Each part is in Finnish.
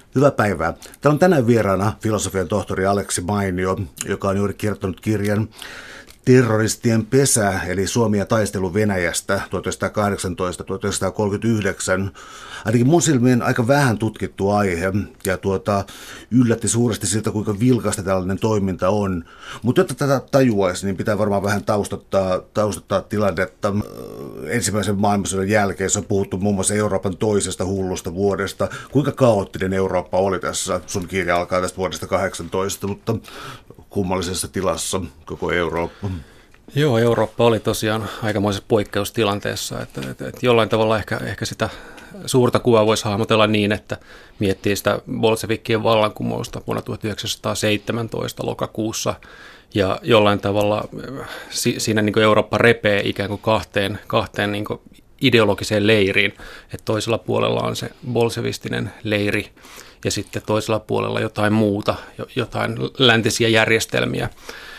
Hyvää päivää. Täällä on tänään vieraana filosofian tohtori Aleksi Mainio, joka on juuri kirjoittanut kirjan Terroristien pesä, eli Suomi ja taistelu Venäjästä 1918-1939. Ainakin mun silmiin aika vähän tutkittu aihe, ja yllätti suuresti siltä, kuinka vilkasta tällainen toiminta on. Mutta jotta tätä tajuaisi, niin pitää varmaan vähän taustattaa tilannetta. Ensimmäisen maailmansodan jälkeen on puhuttu muun muassa Euroopan toisesta hullusta vuodesta. Kuinka kaoottinen Eurooppa oli tässä? Sun kirja alkaa tästä vuodesta 18, mutta kummallisessa tilassa koko Eurooppa. Joo, Eurooppa oli tosiaan aikamoisessa poikkeustilanteessa, että jollain tavalla ehkä sitä suurta kuvaa voisi hahmotella niin, että miettii sitä bolsevikkien vallankumousta vuonna 1917 lokakuussa, ja jollain tavalla siinä niin kuin Eurooppa repee ikään kuin kahteen niin kuin ideologiseen leiriin, että toisella puolella on se bolsevistinen leiri, ja sitten toisella puolella jotain muuta, jotain läntisiä järjestelmiä.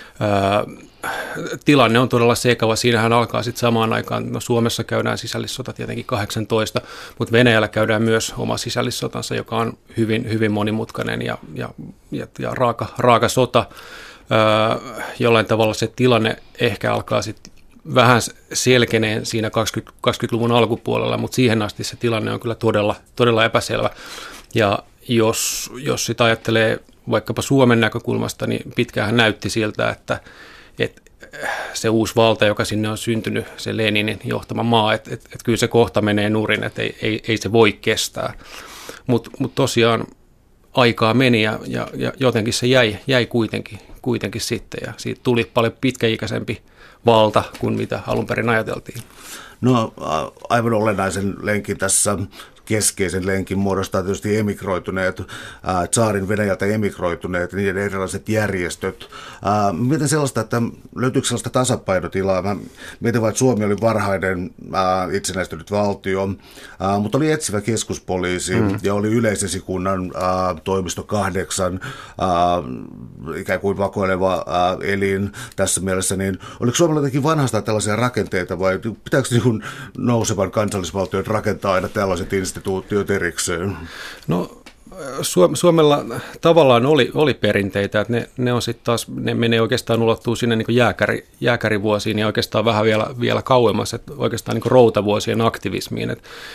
Tilanne on todella sekava. Siinähän alkaa sitten samaan aikaan, Suomessa käydään sisällissota tietenkin 18, mutta Venäjällä käydään myös oma sisällissotansa, joka on hyvin, hyvin monimutkainen ja raaka sota. Jollain tavalla se tilanne ehkä alkaa sitten vähän selkeneen siinä 20-luvun alkupuolella, mutta siihen asti se tilanne on kyllä todella epäselvä. Ja jos sitä ajattelee vaikkapa Suomen näkökulmasta, niin pitkäänhän näytti siltä, että se uusi valta, joka sinne on syntynyt, se Leninin johtama maa, että kyllä se kohta menee nurin, että ei se voi kestää. Mutta tosiaan aikaa meni ja jotenkin se jäi kuitenkin sitten, ja siitä tuli paljon pitkäikäisempi valta kuin mitä alun perin ajateltiin. No aivan olennaisen lenkin tässä, keskeisen lenkin muodostaa tietysti emigroituneet, tsaarin Venäjältä emigroituneet, niiden erilaiset järjestöt. Miten sellaista, että löytyykö sellaista tasapainotilaa? Mä mietin vaan, että Suomi oli varhainen itsenäistynyt valtio, mutta oli etsivä keskuspoliisi ja oli yleisesikunnan toimisto 8, ikään kuin vakoileva elin tässä mielessä. Niin oliko Suomella jotenkin vanhastaan tällaisia rakenteita vai pitääkö niin nousevan kansallisvaltion rakentaa aina tällaiset instituutiot erikseen? No Suomella tavallaan oli perinteitä, että ne on sitten taas, ne menee oikeastaan ulottuu sinne niin kuin jääkärivuosiin ja oikeastaan vähän vielä kauemmas, että oikeastaan niin kuin routavuosien aktivismiin.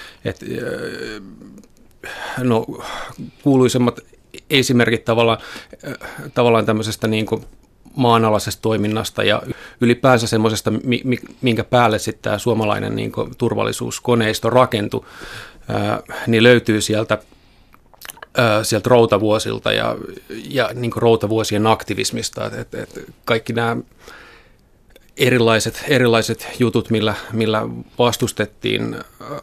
No kuuluisemmat esimerkit tavallaan tämmöisestä niin kuin maanalaisesta toiminnasta ja ylipäänsä semmoisesta, minkä päälle sitten tämä suomalainen niin kuin turvallisuuskoneisto rakentui, niin löytyy sieltä routavuosilta ja niin kuin routavuosien aktivismista. Kaikki nämä erilaiset jutut, millä vastustettiin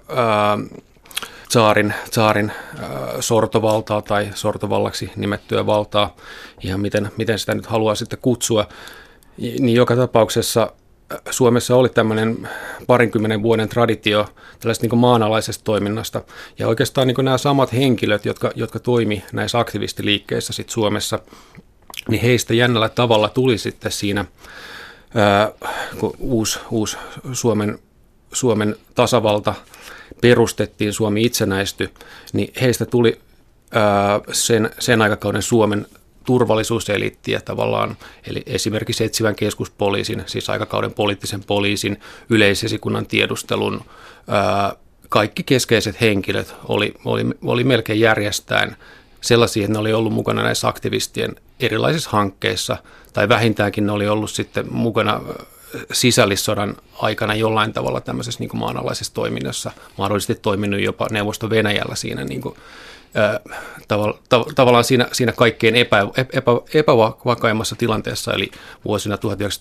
tsaarin sortovaltaa tai sortovallaksi nimettyä valtaa, ihan miten sitä nyt haluaa sitten kutsua, niin joka tapauksessa Suomessa oli tämmöinen 20 vuoden traditio tällaisesta niin kuin maanalaisesta toiminnasta, ja oikeastaan niin kuin nämä samat henkilöt, jotka toimi näissä aktivistiliikkeissä sit Suomessa, niin heistä jännällä tavalla tuli sitten siinä, kun uusi Suomen tasavalta perustettiin, Suomi itsenäistyi, niin heistä tuli sen aikakauden Suomen turvallisuuseliittiä tavallaan, eli esimerkiksi etsivän keskuspoliisin, siis aikakauden poliittisen poliisin, yleisesikunnan tiedustelun, kaikki keskeiset henkilöt oli melkein järjestäen sellaisia, että ne oli ollut mukana näissä aktivistien erilaisissa hankkeissa, tai vähintäänkin ne oli ollut sitten mukana sisällissodan aikana jollain tavalla tämmöisessä niin kuin maanalaisessa toiminnassa, mahdollisesti toiminut jopa Neuvosto-Venäjällä siinä niin kuin, tavallaan siinä kaikkein epävakaimmassa tilanteessa, eli vuosina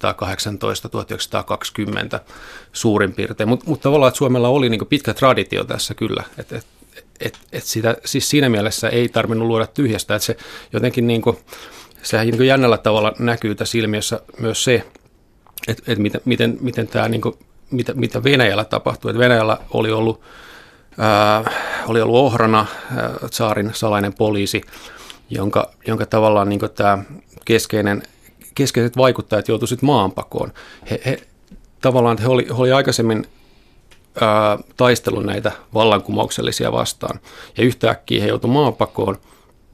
1918-1920 suurin piirtein. Mutta tavallaan, että Suomella oli niin kuin pitkä traditio tässä kyllä, että sitä siis siinä mielessä ei tarvinnut luoda tyhjästä, että se jotenkin niin kuin, sehän niin kuin jännällä tavalla näkyy tässä ilmiössä myös se, että miten tämä niin kuin, mitä Venäjällä tapahtui. Että Venäjällä oli ollut Ohrana, tsaarin salainen poliisi, jonka tavallaan niin kuin tämä keskeiset vaikuttajat joutuivat maanpakoon. Tavallaan he oli aikaisemmin taistellut näitä vallankumouksellisia vastaan, ja yhtäkkiä he joutuivat maanpakoon,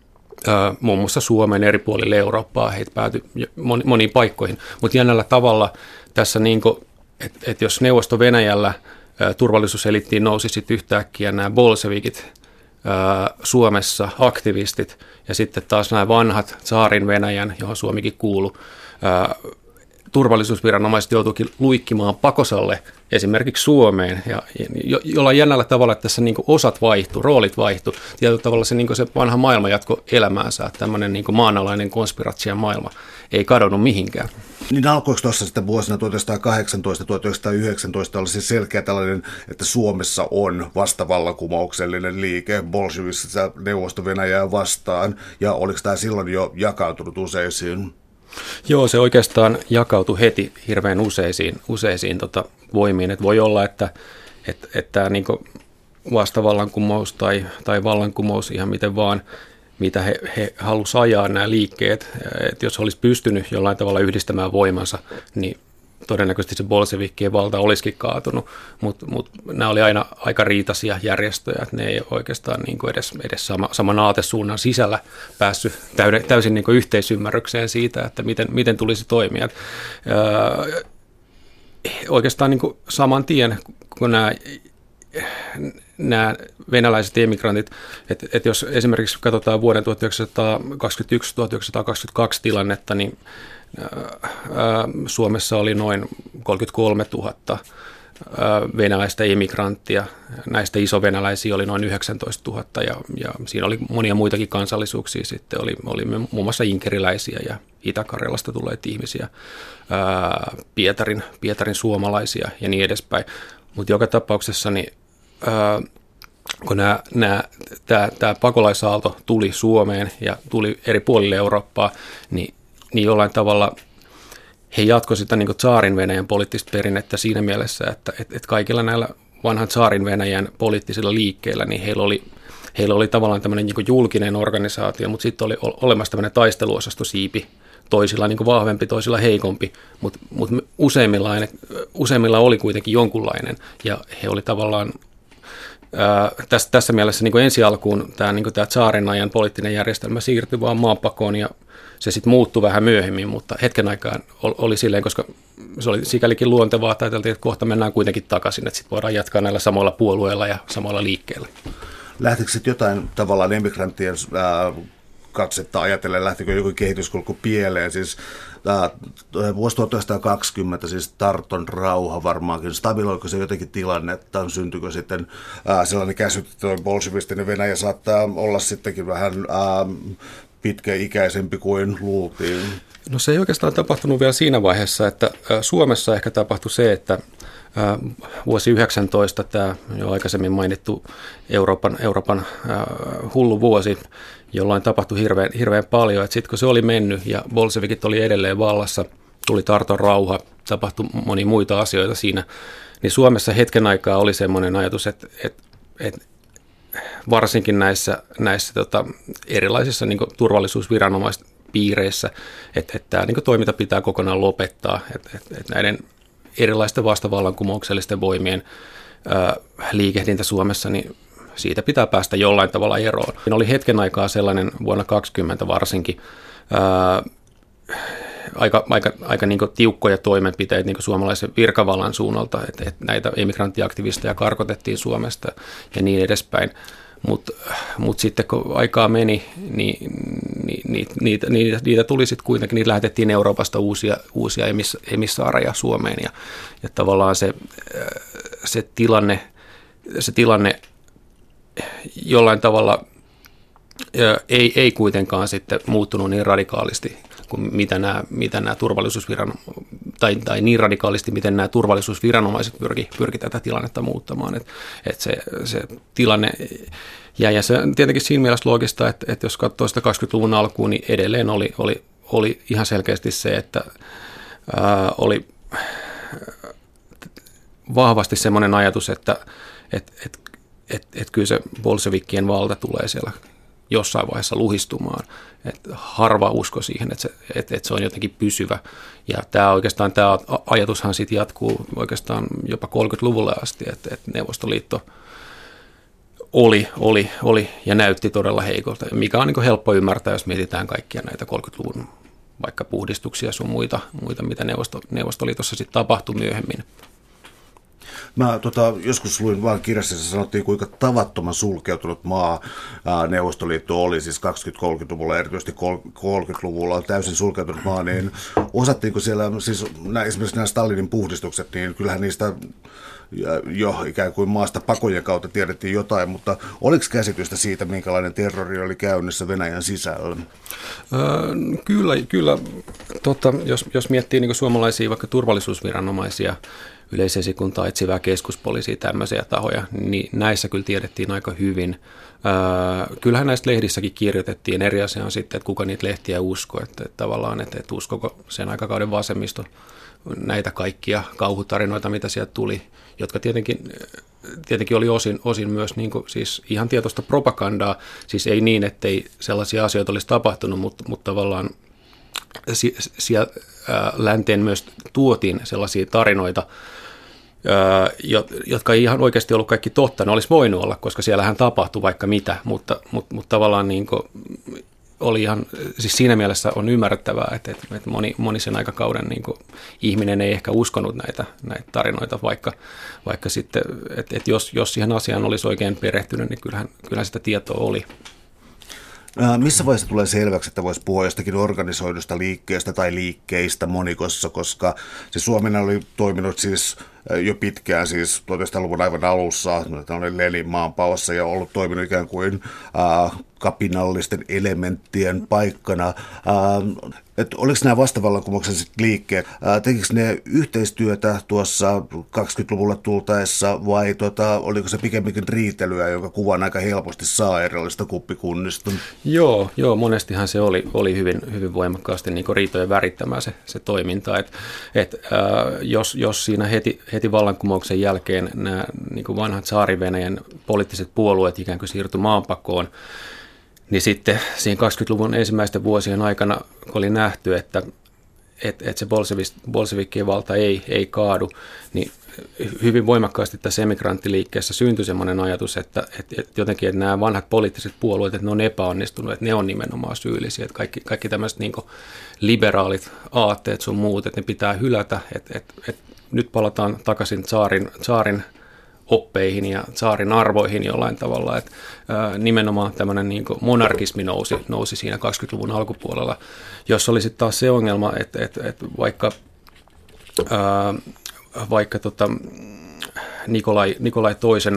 muun muassa Suomen eri puolille Eurooppaa, heitä päätyi moniin paikkoihin. Mutta jännällä tavalla tässä, niin että jos Neuvosto-Venäjällä turvallisuuselittiin nousi sitten yhtäkkiä nämä bolsevikit, Suomessa aktivistit ja sitten taas nämä vanhat tsaarin Venäjän, johon Suomikin kuului, turvallisuusviranomaiset joutuikin luikkimaan pakosalle esimerkiksi Suomeen, ja jollain jännällä tavalla, että tässä niin kuin osat vaihtui, roolit vaihtui. Tietyllä tavalla se, niin kuin se vanha maailma jatko elämäänsä, että tämmöinen niin kuin maanalainen konspiraation maailma ei kadonnut mihinkään. Niin alkoiko tuossa sitten vuosina 1918-1919 olla siis selkeä tällainen, että Suomessa on vastavallankumouksellinen liike bolshevisissa Neuvosto-Venäjää vastaan, ja oliko tämä silloin jo jakautunut useisiin? Joo, se oikeastaan jakautui heti hirveän useisiin voimiin. Et voi olla, että tämä niinku vastavallankumous tai vallankumous ihan miten vaan, mitä he halusivat ajaa nämä liikkeet, että jos olisi pystynyt jollain tavalla yhdistämään voimansa, niin todennäköisesti se bolsevikkien valta olisikin kaatunut, mutta nämä oli aina aika riitaisia järjestöjä, että ne ei oikeastaan niin kuin edes saman aatesuunnan sisällä päässyt täysin niin kuin yhteisymmärrykseen siitä, että miten tulisi toimia. Oikeastaan niin kuin saman tien, kun nämä venäläiset emigrantit, että jos esimerkiksi katsotaan vuoden 1921-1922 tilannetta, niin Suomessa oli noin 33 000 venäläistä emigranttia. Näistä isovenäläisiä oli noin 19 000 ja siinä oli monia muitakin kansallisuuksia. Sitten oli muun muassa inkeriläisiä ja Itä-Karjalasta tulleita ihmisiä, Pietarin suomalaisia ja niin edespäin. Mutta joka tapauksessa niin, kun tämä pakolaisaalto tuli Suomeen ja tuli eri puolille Eurooppaa, niin jollain tavalla he jatkoivat sitä niin kuin tsaarin Venäjän poliittista perinnettä siinä mielessä, että kaikilla näillä vanhan tsaarin Venäjän poliittisilla liikkeillä, niin heillä oli tavallaan tämmöinen niin kuin julkinen organisaatio, mutta sitten oli olemassa tämmöinen taisteluosastosiipi, toisilla niin kuin vahvempi, toisilla heikompi, mutta useimmilla oli kuitenkin jonkunlainen, ja he oli tavallaan tässä mielessä niin kuin ensi alkuun tämä tsaarin ajan poliittinen järjestelmä siirtyi vaan maanpakoon, ja se sitten muuttui vähän myöhemmin, mutta hetken aikaan oli silleen, koska se oli sikälikin luontevaa, että ajateltiin, että kohta mennään kuitenkin takaisin, että sitten voidaan jatkaa näillä samoilla puolueilla ja samoilla liikkeillä. Lähtikö sitten jotain tavallaan emigranttien katsetta ajatellen, lähtikö joku kehityskulku pieleen? Siis vuosi 1920, siis Tarton rauha varmaankin, stabiloiko se jotenkin tilannetta, syntyykö sitten sellainen käsitys, että bolshevistinen Venäjä saattaa olla sittenkin vähän pitkäikäisempi kuin luultiin? No se ei oikeastaan tapahtunut vielä siinä vaiheessa, että Suomessa ehkä tapahtui se, että vuosi 19, tämä jo aikaisemmin mainittu Euroopan hullu vuosi, jolloin tapahtui hirveän paljon. Sitten kun se oli mennyt ja bolsevikit oli edelleen vallassa, tuli Tarton rauha, tapahtui monia muita asioita siinä, niin Suomessa hetken aikaa oli semmoinen ajatus, että varsinkin näissä erilaisissa niin kuin turvallisuusviranomaispiireissä, että tämä niin kuin toiminta pitää kokonaan lopettaa, että näiden erilaisten vastavallankumouksellisten voimien liikehdintä Suomessa, niin siitä pitää päästä jollain tavalla eroon. Siinä oli hetken aikaa sellainen vuonna 2020 varsinkin aika niin kuin tiukkoja toimenpiteitä niin kuin suomalaisen virkavallan suunnalta, että näitä emigranttiaktivisteja karkotettiin Suomesta ja niin edespäin. Mutta sitten kun aikaa meni, niin niitä tuli sitten kuitenkin, niitä lähetettiin Euroopasta uusia emissaareja Suomeen ja tavallaan se tilanne jollain tavalla ei kuitenkaan sitten muuttunut niin radikaalisti kuin mitä nämä tai niin radikaalisti, miten nämä turvallisuusviranomaiset pyrki tätä tilannetta muuttamaan. Että se tilanne, ja se on tietenkin siinä mielessä loogista, että jos katsoo sitä 20-luvun alkuun, niin edelleen oli ihan selkeästi se, että oli vahvasti semmoinen ajatus, että kyllä se bolsevikkien valta tulee siellä jossain vaiheessa luhistumaan. Että harva usko siihen, että se on jotenkin pysyvä. Ja tämä ajatushan sitten jatkuu oikeastaan jopa 30-luvulle asti, että Neuvostoliitto oli ja näytti todella heikolta, mikä on niin kuin helppo ymmärtää, jos mietitään kaikkia näitä 30-luvun vaikka puhdistuksia sun muita mitä Neuvostoliitossa sitten tapahtui myöhemmin. Mä joskus luin vaan kirjassa, jossa sanottiin, kuinka tavattoman sulkeutunut maa Neuvostoliitto oli, siis 20-30-luvulla, erityisesti 30-luvulla täysin sulkeutunut maa, niin osattiinko siellä, siis esimerkiksi nämä Stalinin puhdistukset, niin kyllähän niistä jo ikään kuin maasta pakojen kautta tiedettiin jotain, mutta oliko käsitystä siitä, minkälainen terrori oli käynnissä Venäjän sisällä? Kyllä. Jos miettii niin kuin suomalaisia vaikka turvallisuusviranomaisia, yleisesikuntaa, etsivää keskuspoliisia, tämmöisiä tahoja, niin näissä kyllä tiedettiin aika hyvin. Kyllähän näistä lehdissäkin kirjoitettiin. Eri asia on sitten, että kuka niitä lehtiä uskoi, että tavallaan, että uskoko sen aikakauden vasemmisto näitä kaikkia kauhutarinoita, mitä sieltä tuli, jotka tietenkin oli osin myös niin kuin, siis ihan tietoista propagandaa, siis ei niin, ettei sellaisia asioita olisi tapahtunut, mutta tavallaan siellä länteen myös tuotiin sellaisia tarinoita, jotka ei ihan oikeasti ollut kaikki totta. Ne olisi voinut olla, koska siellähän tapahtui vaikka mitä, mutta tavallaan niin kuin oli ihan, siis siinä mielessä on ymmärrettävää, että moni sen aikakauden niin kuin ihminen ei ehkä uskonut näitä tarinoita, vaikka sitten, että jos siihen asiaan olisi oikein perehtynyt, niin kyllähän sitä tietoa oli. Missä vaiheessa tulee selväksi, että voisi puhua jostakin organisoidusta liikkeestä tai liikkeistä monikossa, koska se Suomena oli toiminut siis jo pitkään, siis 1900-luvun aivan alussa, tällainen Lenin maanpaossa ja ollut toiminut ikään kuin kapinallisten elementtien paikkana. Että oliko nämä vastavallankumoukselliset liikkeet, tekikö ne yhteistyötä tuossa 20-luvulla tultaessa vai oliko se pikemminkin riitelyä, jonka kuvan aika helposti saa erilaisista kuppikunnista? Joo, monestihan se oli hyvin voimakkaasti niin kuin riitojen värittämää se toiminta, jos siinä heti vallankumouksen jälkeen nämä niin kuin vanhat Tsaari-Venäjän poliittiset puolueet ikään kuin siirtyi maanpakoon, niin sitten siinä 20-luvun ensimmäisten vuosien aikana oli nähty, että se bolsevikkien valta ei kaadu, niin hyvin voimakkaasti tässä emigranttiliikkeessä syntyi sellainen ajatus, että jotenkin että nämä vanhat poliittiset puolueet, että ne on epäonnistunut, että ne on nimenomaan syyllisiä, että kaikki tämmöiset niin kuin liberaalit aatteet sun muut, että ne pitää hylätä, että nyt palataan takaisin tsaarin oppeihin ja tsaarin arvoihin jollain tavalla, että nimenomaan tämmöinen niin kuin monarkismi nousi siinä 20-luvun alkupuolella, jos oli sitten taas se ongelma, että vaikka Nikolai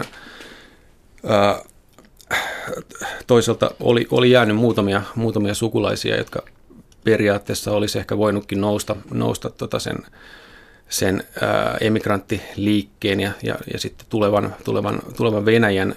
toiselta oli jäänyt muutamia sukulaisia, jotka periaatteessa olisi ehkä voinutkin nousta sen emigranttiliikkeen ja sitten tulevan Venäjän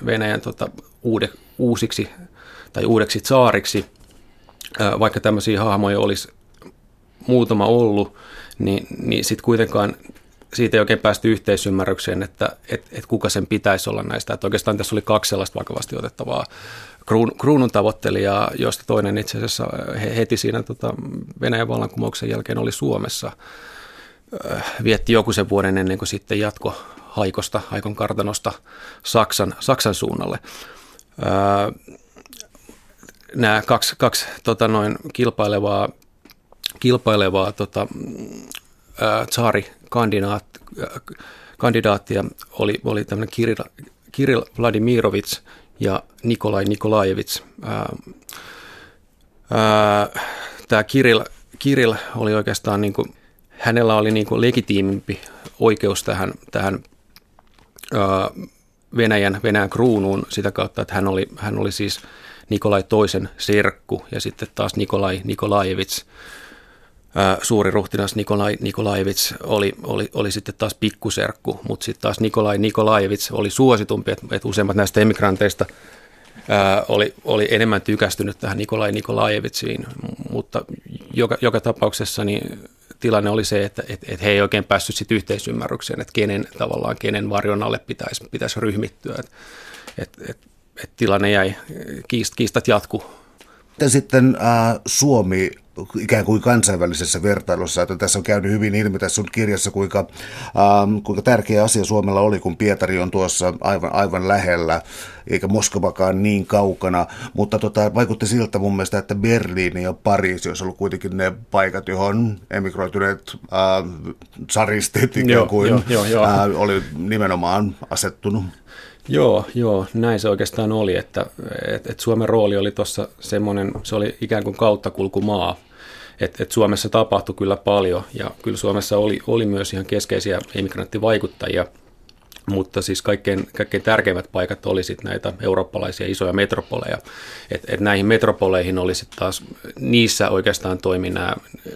uudeksi tsaariksi, vaikka tämmöisiä hahmoja olisi muutama ollut, niin sitten kuitenkaan siitä ei oikein päästy yhteisymmärrykseen, että kuka sen pitäisi olla näistä. Että oikeastaan tässä oli kaksi sellaista vakavasti otettavaa kruunun tavoittelijaa, josta toinen itse asiassa heti siinä Venäjän vallankumouksen jälkeen oli Suomessa. Vietti joku sen vuoden ennen kuin sitten jatko Haikon kartanosta Saksan suunnalle. Nämä kaksi kilpailevaa tsaarikandidaattia oli tämmöinen Kirill Vladimirovits ja Nikolai Nikolajevits. Tämä Kirill oli oikeastaan niin kuin, hänellä oli niin kuin legitiimimpi oikeus tähän Venäjän kruunuun sitä kautta, että hän oli siis Nikolai toisen serkku ja sitten taas Nikolai Nikolajevits, suuri ruhtinas Nikolai Nikolajevits oli sitten taas pikkuserkku, mutta sitten taas Nikolai Nikolajevits oli suositumpi, että useimmat näistä emigranteista oli enemmän tykästynyt tähän Nikolai Nikolajevitsiin, mutta joka tapauksessa niin tilanne oli se, että he ei oikein päässyt sit yhteisymmärrykseen, että kenen varjon alle pitäisi ryhmittyä, että tilanne jäi, kiistat jatkuu. Sitten Suomi ikään kuin kansainvälisessä vertailussa, että tässä on käynyt hyvin ilmi tässä sun kirjassa, kuinka tärkeä asia Suomella oli, kun Pietari on tuossa aivan lähellä, eikä Moskovakaan niin kaukana, mutta vaikutti siltä mun mielestä, että Berliini ja Pariisi olisi ollut kuitenkin ne paikat, johon emigroituneet tsaristit ikään kuin oli nimenomaan asettunut. Joo, näin se oikeastaan oli, että Suomen rooli oli tuossa semmoinen, se oli ikään kuin kauttakulkumaa, että Suomessa tapahtui kyllä paljon ja kyllä Suomessa oli myös ihan keskeisiä emigranttivaikuttajia, mutta siis kaikkein tärkeimmät paikat oli sitten näitä eurooppalaisia isoja metropoleja, että näihin metropoleihin oli sitten taas, niissä oikeastaan toimi nämä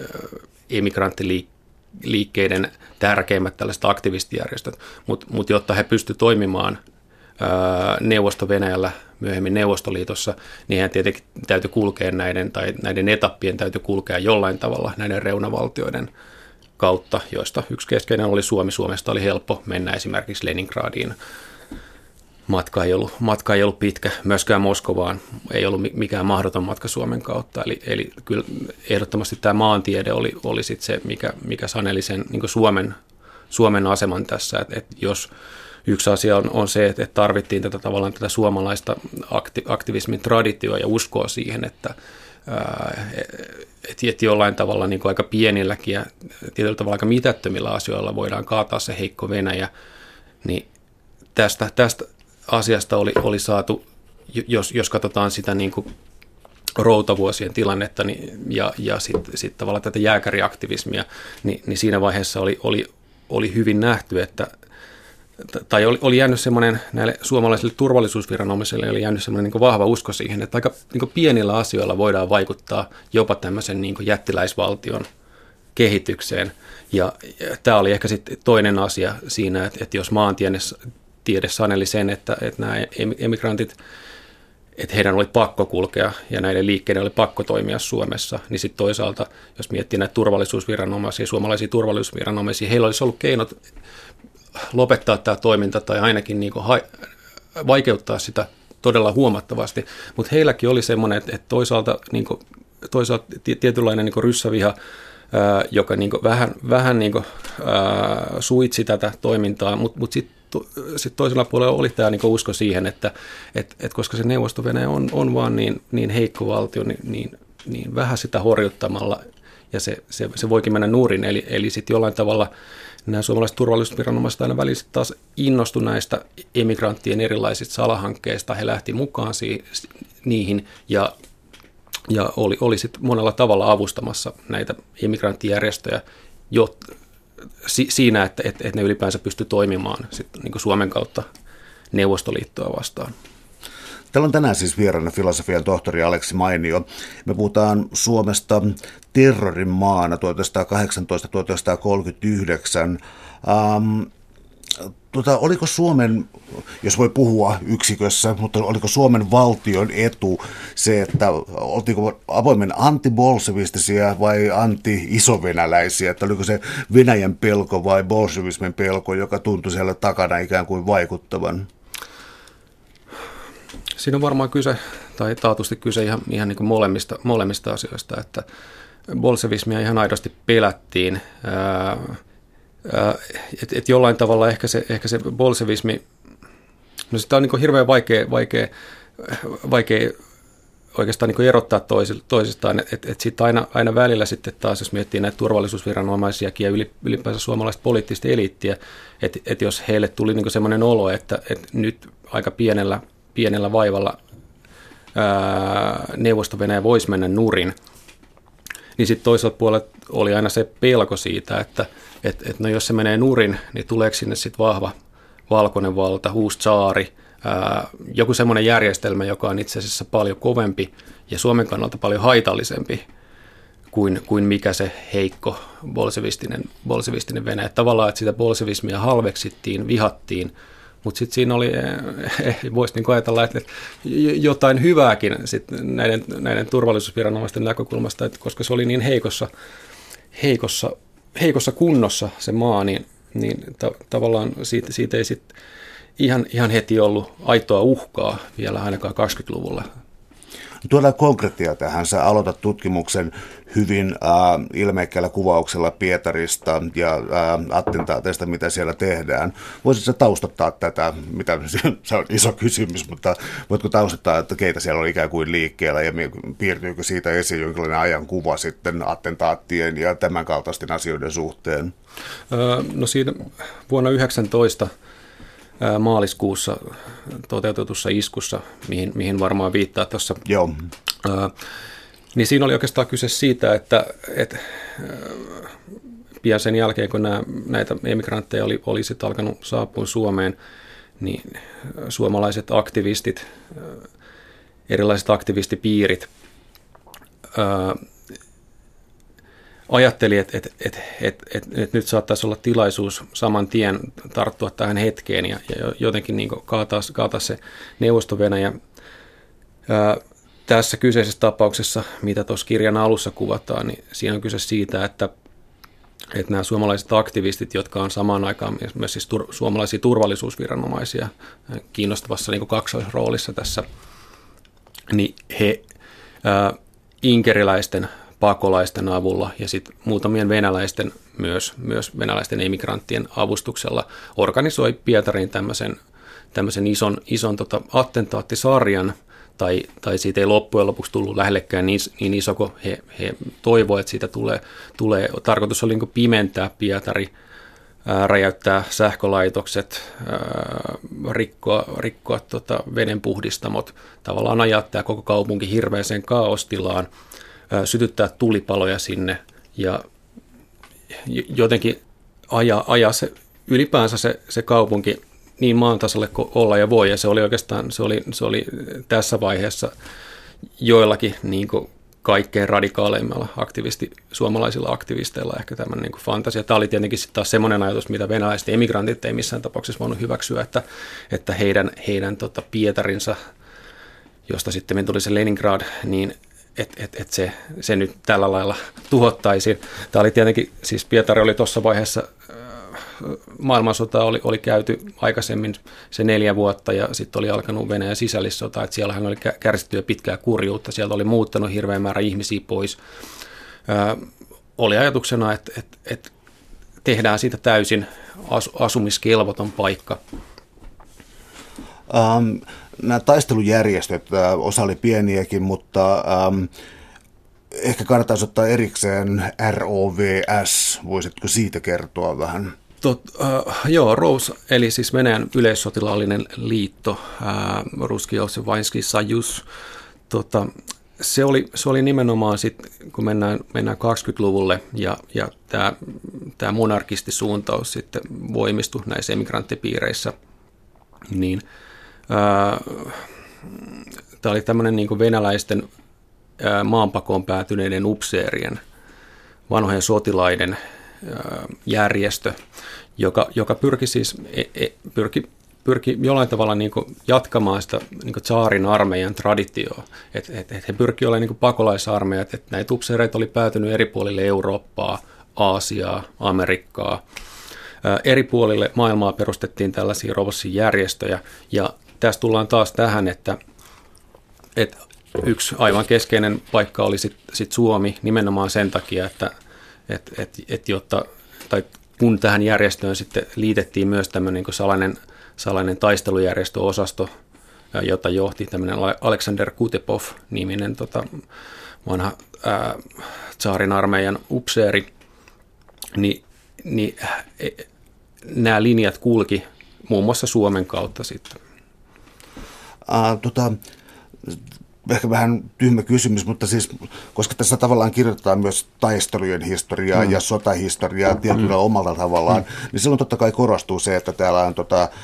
emigranttiliikkeiden tärkeimmät tällaiset aktivistijärjestöt, mutta jotta he pystyivät toimimaan Neuvosto-Venäjällä, myöhemmin Neuvostoliitossa, niin hän tietenkin täytyy kulkea näiden etappien täytyy kulkea jollain tavalla näiden reunavaltioiden kautta, joista yksi keskeinen oli Suomi. Suomesta oli helppo mennä esimerkiksi Leningradiin. Matka ei ollut pitkä, myöskään Moskovaan ei ollut mikään mahdoton matka Suomen kautta. Eli kyllä ehdottomasti tämä maantiede oli sit se, mikä saneli sen niin kuin Suomen aseman tässä, että jos yksi asia on se, että tarvittiin tätä suomalaista aktivismin traditioa ja uskoa siihen, että jollain tavalla niin kuin aika pienilläkin ja tietyllä tavalla aika mitättömillä asioilla voidaan kaataa se heikko Venäjä, niin tästä asiasta oli saatu, jos katsotaan sitä niin kuin routavuosien tilannetta ja sitten tavallaan tätä jääkäriaktivismia, niin siinä vaiheessa oli hyvin nähty, että tai oli jäänyt semmoinen, näille suomalaisille turvallisuusviranomaisille oli jäänyt semmoinen niin vahva usko siihen, että aika niin pienillä asioilla voidaan vaikuttaa jopa tämmöisen niin jättiläisvaltion kehitykseen. Ja tämä oli ehkä sitten toinen asia siinä, että jos maantiede saneli sen, että nämä emigrantit, että heidän oli pakko kulkea ja näiden liikkeiden oli pakko toimia Suomessa, niin sitten toisaalta, jos miettii näitä turvallisuusviranomaisia, suomalaisia turvallisuusviranomaisia, heillä olisi ollut keinot lopettaa tämä toiminta tai ainakin niin kuin vaikeuttaa sitä todella huomattavasti, mutta heilläkin oli semmoinen, että toisaalta tietynlainen niin kuin ryssäviha, joka niin kuin vähän niin kuin, suitsi tätä toimintaa, mutta sitten toisella puolella oli tämä niin kuin usko siihen, että koska se Neuvosto-Venäjä on vaan niin heikko valtio, niin vähän sitä horjuttamalla ja se voikin mennä nurin, eli sitten jollain tavalla nämä suomalaiset turvallisuusviranomaiset aina välillä taas innostui näistä emigranttien erilaisista salahankkeista. He lähti mukaan niihin ja oli sitten monella tavalla avustamassa näitä emigranttijärjestöjä siinä, että ne ylipäänsä pystyi toimimaan sitten niin kuin Suomen kautta Neuvostoliittoa vastaan. Täällä on tänään siis vieraana filosofian tohtori Aleksi Mainio. Me puhutaan Suomesta terrorin maana 1918-1939. Oliko Suomen, jos voi puhua yksikössä, mutta oliko Suomen valtion etu se, että oltiinko avoimen antibolsevistisia vai anti-isovenäläisiä, että oliko se Venäjän pelko vai bolshevismin pelko, joka tuntui siellä takana ikään kuin vaikuttavan? Siinä on varmaan kyse, tai taatusti kyse ihan niin kuin molemmista asioista, että bolsevismia ihan aidosti pelättiin. Että jollain tavalla ehkä se bolsevismi, no sitä on niin kuin hirveän vaikea oikeastaan niin kuin erottaa toisistaan, että sitten aina välillä sitten taas, jos miettii näitä turvallisuusviranomaisiakin ja ylipäänsä suomalaista poliittista eliittiä, että jos heille tuli niin kuin semmoinen olo, että nyt aika pienellä vaivalla Neuvosto-Venäjä voisi mennä nurin, niin sitten toisaalta puolella oli aina se pelko siitä, että no jos se menee nurin, niin tuleeko sinne sitten vahva valkoinen valta, uusi tsaari, joku semmoinen järjestelmä, joka on itse asiassa paljon kovempi ja Suomen kannalta paljon haitallisempi kuin mikä se heikko bolsevistinen Venäjä. Tavallaan, että sitä bolsevismia halveksittiin, vihattiin, mutta sitten siinä oli, voisi niin ajatella, että jotain hyvääkin sit näiden turvallisuusviranomaisten näkökulmasta, että koska se oli niin heikossa kunnossa se maa, niin tavallaan siitä ei sitten ihan heti ollut aitoa uhkaa vielä ainakaan 20-luvulla. Tuodaan konkreettia tähän. Sä aloitat tutkimuksen hyvin ilmeikkäällä kuvauksella Pietarista ja attentaateista, mitä siellä tehdään. Voisitko taustattaa tätä, mitä se on iso kysymys, mutta voitko taustattaa, että keitä siellä oli ikään kuin liikkeellä ja piirtyykö siitä esiin jonkinlainen ajankuva sitten attentaattien ja tämän kaltaisten asioiden suhteen? No siinä vuonna 19 maaliskuussa toteutetussa iskussa, mihin varmaan viittaa tuossa. Joo. Niin siinä oli oikeastaan kyse siitä, että pian sen jälkeen, kun näitä emigrantteja oli sitten alkanut saapua Suomeen, niin suomalaiset aktivistit, erilaiset aktivistipiirit ajatteli, että nyt saattaisi olla tilaisuus saman tien tarttua tähän hetkeen ja jotenkin niin kaataa se Neuvosto-Venäjä. Tässä kyseisessä tapauksessa, mitä tuossa kirjan alussa kuvataan, niin siinä on kyse siitä, että nämä suomalaiset aktivistit, jotka on samaan aikaan myös siis suomalaisia turvallisuusviranomaisia kiinnostavassa niin kaksoisroolissa tässä, niin he inkeriläisten pakolaisten avulla ja sitten muutamien venäläisten, myös venäläisten emigranttien avustuksella organisoi Pietariin tämmöisen ison attentaattisarjan, tai siitä ei loppujen lopuksi tullut lähellekään niin iso kuin he toivoivat, että siitä tulee. Tarkoitus oli niin pimentää Pietari, räjäyttää sähkölaitokset, rikkoa vedenpuhdistamot, tavallaan ajaa tämä koko kaupunki hirveäseen kaostilaan, sytyttää tulipaloja sinne ja jotenkin ajaa se, ylipäänsä se kaupunki niin maan tasolle kuin olla ja voi, ja se oli oikeastaan se oli tässä vaiheessa joillakin niin kuin kaikkein radikaaleimmilla suomalaisilla aktivisteilla ehkä tämmöinen niin kuin fantasia. Tämä oli tietenkin sitten taas semmoinen ajatus, mitä venäläiset emigrantit ei missään tapauksessa voinut hyväksyä, että heidän Pietarinsa, josta sitten tuli se Leningrad, niin että se nyt tällä lailla tuhottaisiin. Tämä oli tietenkin, siis Pietari oli tuossa vaiheessa, maailmansota oli käyty aikaisemmin se 4 vuotta ja sitten oli alkanut Venäjän sisällissota, että siellähän oli kärsitty jo pitkää kurjuutta, sieltä oli muuttanut hirveän määrä ihmisiä pois. Oli ajatuksena, että tehdään siitä täysin asumiskelvoton paikka. Nämä taistelujärjestöt, osa oli pieniäkin, mutta ehkä kannattaisi ottaa erikseen ROVS. Voisitko siitä kertoa vähän? Joo, ROVS, eli siis Venäjän yleissotilaallinen liitto, Ruski Osevainski Sajus. Se oli nimenomaan sitten, kun mennään 20-luvulle ja tämä monarkistisuuntaus sitten voimistui näissä emigranttipiireissä, niin tämä oli tämmöinen niin kuin venäläisten maanpakoon päätyneiden upseerien, vanhojen sotilaiden järjestö, joka pyrki siis pyrki jollain tavalla niin kuin jatkamaan sitä niin kuin tsaarin armeijan traditioa. Et he pyrkivät olemaan niin kuin pakolaisarmeijat, että näitä upseereita oli päätynyt eri puolille Eurooppaa, Aasiaa, Amerikkaa. Eri puolille maailmaa perustettiin tällaisia ROVSin järjestöjä, ja tässä tullaan taas tähän, että yksi aivan keskeinen paikka oli sit Suomi nimenomaan sen takia, että kun tähän järjestöön sitten liitettiin myös tämmöinen niin salainen taistelujärjestöosasto, jota johti tämmöinen Aleksander Kutepov-niminen vanha tsaarin armeijan upseeri, niin nämä linjat kulki muun muassa Suomen kautta sitten. Ehkä vähän tyhmä kysymys, mutta siis, koska tässä tavallaan kirjoitetaan myös taistelujen historiaa ja sotahistoriaa tietyllä omalla tavallaan, niin silloin totta kai korostuu se, että täällä on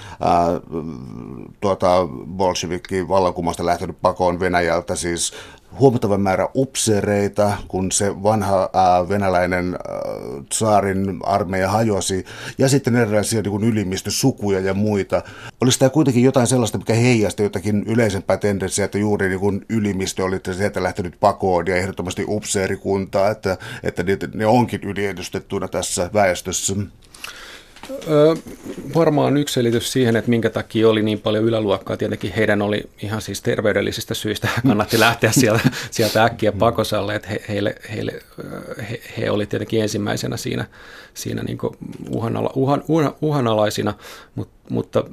bolshevikki vallankumousta lähtenyt pakoon Venäjältä, siis huomattava määrä upseereita, kun se vanha venäläinen tsaarin armeija hajosi, ja sitten erilaisia niin ylimistösukuja ja muita. Olisi tämä kuitenkin jotain sellaista, mikä heijasti jotakin yleisempää tendenssiä, että juuri niin ylimistö oli sieltä lähtenyt pakoon ja ehdottomasti upseerikuntaa, että ne onkin yliedustettuna tässä väestössä? Varmaan yksi selitys siihen, että minkä takia oli niin paljon yläluokkaa. Tietenkin heidän oli ihan siis terveydellisistä syistä kannatti lähteä sieltä äkkiä pakosalle, että he oli tietenkin ensimmäisenä siinä niin kuin uhanalaisina, mutta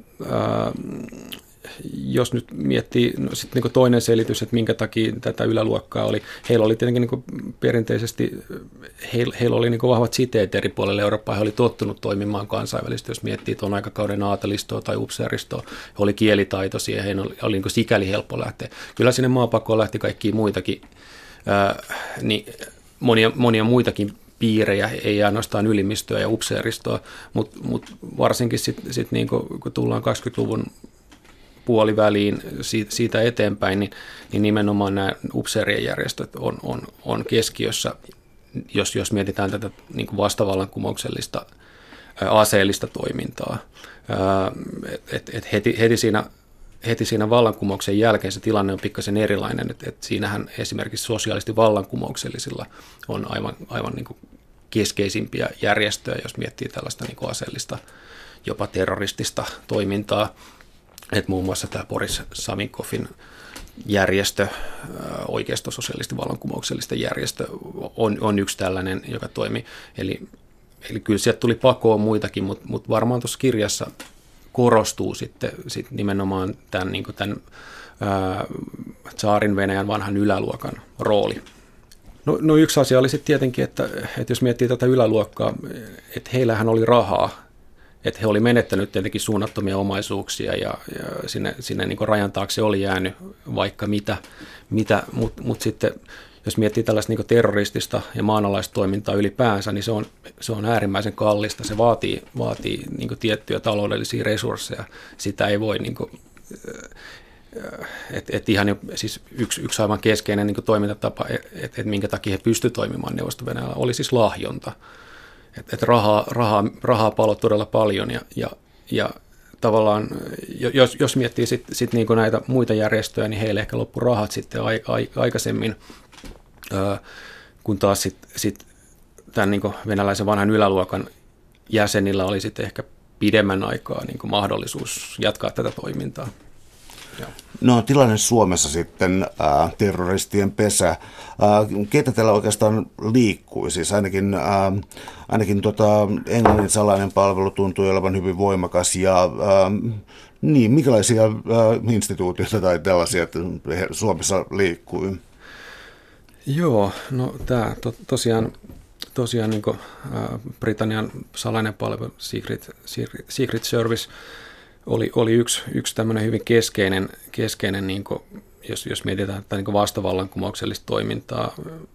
jos nyt miettii, no sitten niin toinen selitys, että minkä takia tätä yläluokkaa oli, heillä oli tietenkin niin perinteisesti, heillä oli niin vahvat siteet eri puolille Eurooppaa, he oli tottunut toimimaan kansainvälisesti, jos miettii tuon aikakauden aatelistoa tai upseeristoa, he oli kielitaitoisia ja heillä oli niin sikäli helppo lähteä. Kyllä sinne maapakoon lähti kaikkia muitakin, niin monia muitakin piirejä, ei ainoastaan ylimistöä ja upseeristoa, mutta varsinkin sitten niin kun tullaan 20-luvun puoliväliin siitä eteenpäin, niin nimenomaan nämä upseerien järjestöt on keskiössä, jos mietitään tätä niin kuin vastavallankumouksellista aseellista toimintaa. Heti siinä vallankumouksen jälkeen se tilanne on pikkasen erilainen, että siinähän esimerkiksi sosiaalisesti vallankumouksellisilla on aivan niin kuin keskeisimpiä järjestöjä, jos miettii tällaista niin kuin aseellista, jopa terroristista toimintaa. Että muun muassa tämä Boris Saminkovin järjestö, oikeisto-sosiaalisesti vallankumouksellisten järjestö, on yksi tällainen, joka toimi. Eli kyllä sieltä tuli pakoon muitakin, mutta varmaan tuossa kirjassa korostuu sitten nimenomaan tämän tsaarin Venäjän vanhan yläluokan rooli. No yksi asia oli sitten tietenkin, että jos miettii tätä yläluokkaa, että heillähän oli rahaa, että he oli menettänyt tietenkin suunnattomia omaisuuksia ja sinne niin kuin rajan taakse oli jäänyt vaikka mitä mutta sitten jos miettii tällaista niin kuin terroristista ja maanalaistoimintaa ylipäänsä, niin se on äärimmäisen kallista. Se vaatii niin kuin tiettyjä taloudellisia resursseja. Sitä ei voi, niin kuin, että ihan jo, siis yksi aivan keskeinen niin kuin toimintatapa, että minkä takia he pystyivät toimimaan Neuvosto-Venäjällä, oli siis lahjonta. Että rahaa paloi todella paljon ja tavallaan, jos miettii sit niin kuin näitä muita järjestöjä, niin heille ehkä loppu rahat sitten aikaisemmin, kun taas sit tämän niin kuin venäläisen vanhan yläluokan jäsenillä oli sitten ehkä pidemmän aikaa niin kuin mahdollisuus jatkaa tätä toimintaa. No tilanne Suomessa sitten, terroristien pesä. Keitä täällä oikeastaan liikkui? Siis ainakin Englannin salainen palvelu tuntui olevan hyvin voimakas. Ja niin, minkälaisia instituutioita tai tällaisia Suomessa liikkui? Joo, no tämä tosiaan niin kuin, Britannian salainen palvelu Secret Service oli yksi tämmöinen hyvin keskeinen niin kuin, jos mietitään tätä niin vastavallankumouksellista toimintaa,